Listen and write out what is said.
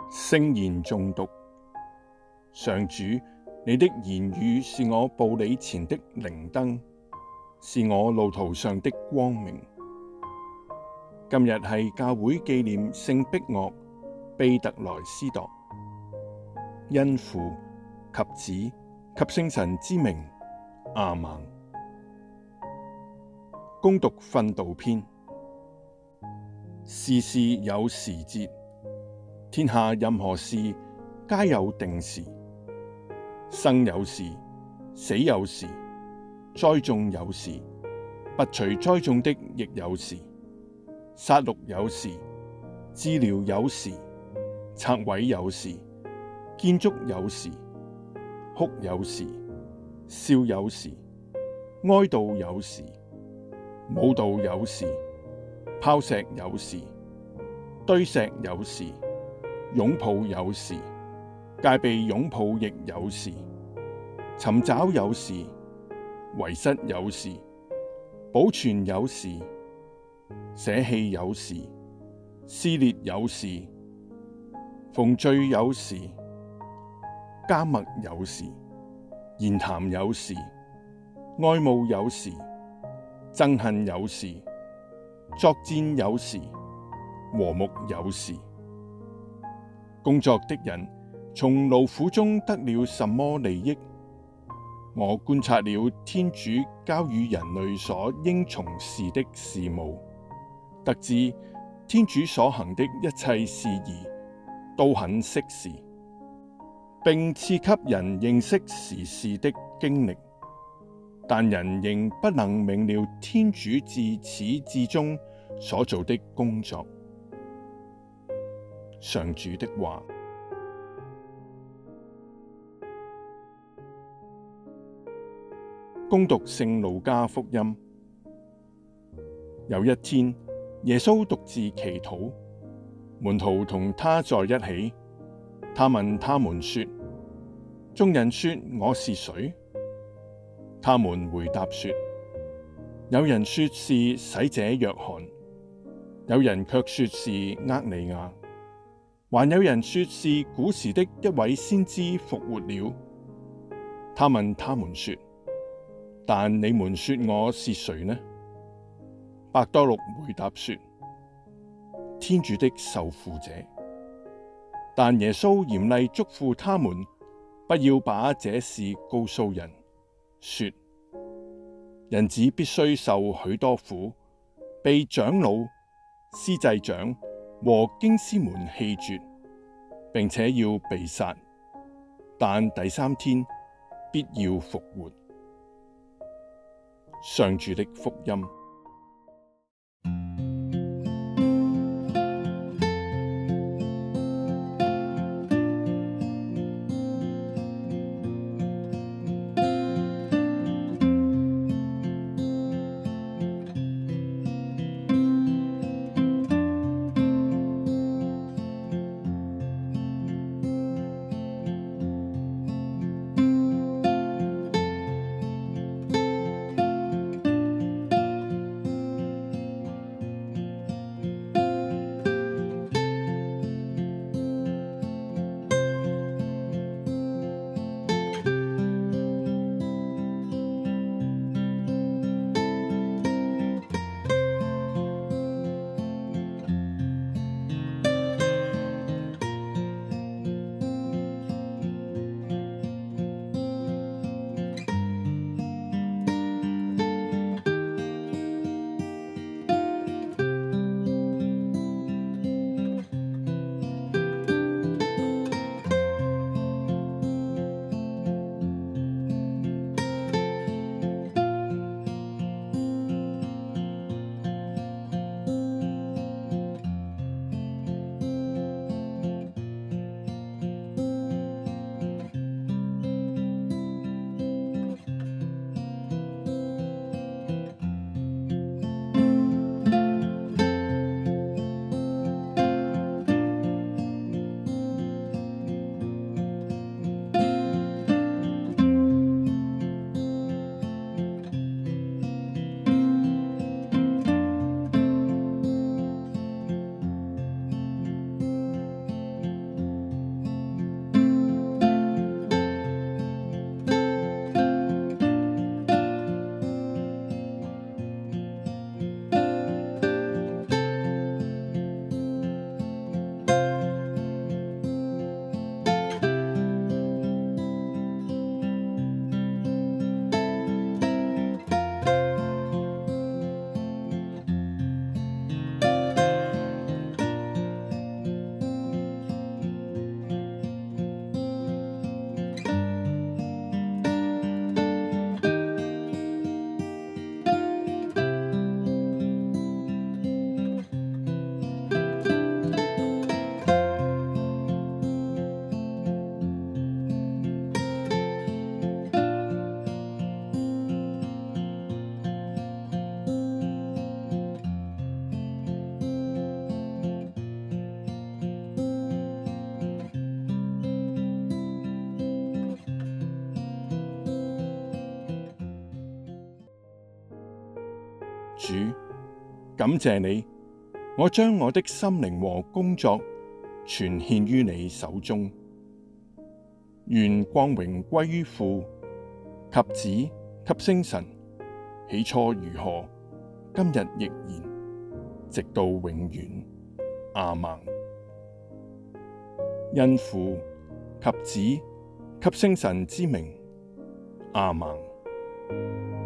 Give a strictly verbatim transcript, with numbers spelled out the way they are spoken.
聖言誦讀。上主，你的言語是我步履前的靈燈，是我路途上的光明。今日係教會紀念聖碧岳庇特來司鐸，因父及子及聖神之名，阿們。恭讀訓道篇。事事有時節，天下任何事皆有定時。生有時，死有時，栽種有時，不除栽種的亦有時。殺戮有時，治療有時，拆毀有時，建築有時，哭有時，笑有時，哀悼有時，舞蹈有時，拋石有時，堆石有時，擁抱有時，戒備擁抱亦有時，尋找有時，遺失有時，保存有時，捨棄有時，撕裂有時，縫綴有時，緘默有時，言談有時，愛慕有時，憎恨有時，作戰有時，和睦有時。工作的人從勞苦中得了什麼利益？我觀察了天主交與人類所應從事的事務，得知天主所行的一切事宜都很適時，並賜給人認識時事的經歷，但人仍不能明了天主自始至終所做的工作。上主的話。恭讀聖路加福音。有一天，耶穌獨自祈禱，門徒同他在一起。他問他們說：眾人說我是誰？他們回答說：有人說是洗者若翰，有人卻說是厄里亞，還有人說是古時的一位先知復活了。他問他們說：但你們說我是誰呢？伯多祿回答說：天主的受傅者。但耶穌嚴厲囑咐他們，不要把這事告訴人，說：人子必須受許多苦，被長老、司祭長和經師們棄絕，並且要被殺，但第三天必要復活。上主的福音。 主，感謝你，我將我的心靈和工作全獻於你手中。願光榮歸於父及子及聖神，起初如何，今日亦然，直到永遠。阿們。因父及子及聖神之名。阿們。